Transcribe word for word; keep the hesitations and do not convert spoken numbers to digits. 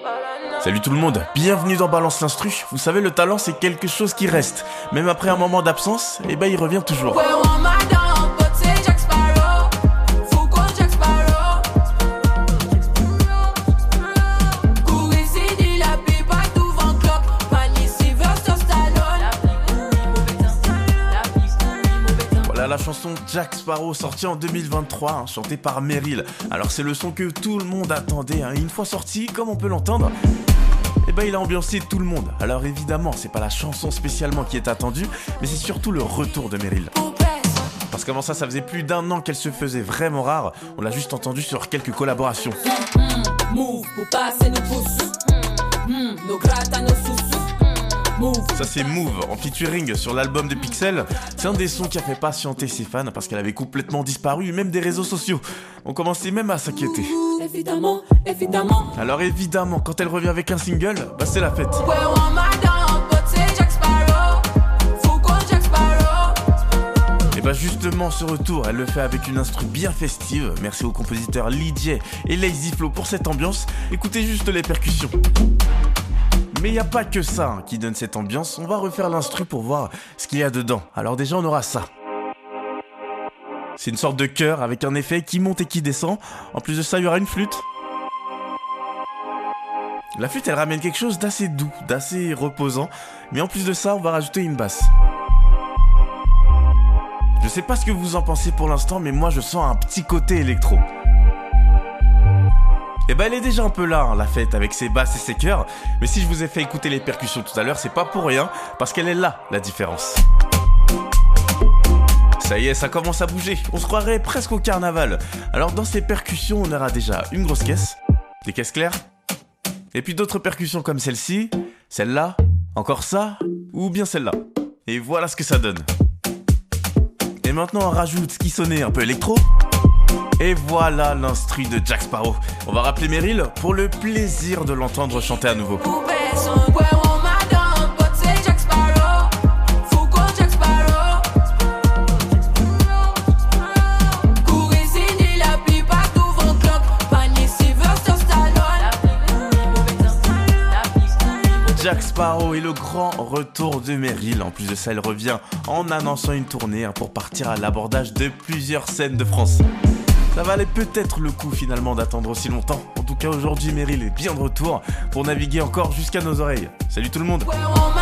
Salut tout le monde, bienvenue dans Balance l'Instru. Vous savez, le talent c'est quelque chose qui reste. Même après un moment d'absence, eh ben il revient toujours. La chanson Jack Sparrow sortie en deux mille vingt-trois, hein, chantée par Meryl. Alors c'est le son que tout le monde attendait, hein. Une fois sorti, comme on peut l'entendre, eh ben il a ambiancé tout le monde. Alors évidemment, c'est pas la chanson spécialement qui est attendue, mais c'est surtout le retour de Meryl. Parce qu'avant ça, ça faisait plus d'un an qu'elle se faisait vraiment rare. On l'a juste entendu sur quelques collaborations. Mmh, move pour passer nos pouces. Mmh, nos grattes à nos sous. Ça c'est Move en featuring sur l'album de Pixel. C'est un des sons qui a fait patienter ses fans parce qu'elle avait complètement disparu, même des réseaux sociaux. On commençait même à s'inquiéter. Évidemment, évidemment. Alors évidemment, quand elle revient avec un single, bah c'est la fête. Et bah justement ce retour, elle le fait avec une instru bien festive. Merci aux compositeurs Lee J et Lazy Flow pour cette ambiance. Écoutez juste les percussions. Mais il n'y a pas que ça hein, qui donne cette ambiance, on va refaire l'instru pour voir ce qu'il y a dedans. Alors déjà on aura ça. C'est une sorte de chœur avec un effet qui monte et qui descend. En plus de ça il y aura une flûte. La flûte elle ramène quelque chose d'assez doux, d'assez reposant. Mais en plus de ça on va rajouter une basse. Je sais pas ce que vous en pensez pour l'instant, mais moi je sens un petit côté électro. Et bah elle est déjà un peu là, hein, la fête, avec ses basses et ses chœurs. Mais si je vous ai fait écouter les percussions tout à l'heure, c'est pas pour rien, parce qu'elle est là, la différence. Ça y est, ça commence à bouger, on se croirait presque au carnaval. Alors dans ces percussions, on aura déjà une grosse caisse, des caisses claires, et puis d'autres percussions comme celle-ci, celle-là, encore ça, ou bien celle-là. Et voilà ce que ça donne. Et maintenant on rajoute ce qui sonnait un peu électro. Et voilà l'instru de Jack Sparrow. On va rappeler Meryl pour le plaisir de l'entendre chanter à nouveau. Jack Sparrow et le grand retour de Meryl. En plus de ça, elle revient en annonçant une tournée hein, pour partir à l'abordage de plusieurs scènes de France. Ça valait peut-être le coup finalement d'attendre aussi longtemps. En tout cas aujourd'hui Meryl est bien de retour pour naviguer encore jusqu'à nos oreilles. Salut tout le monde.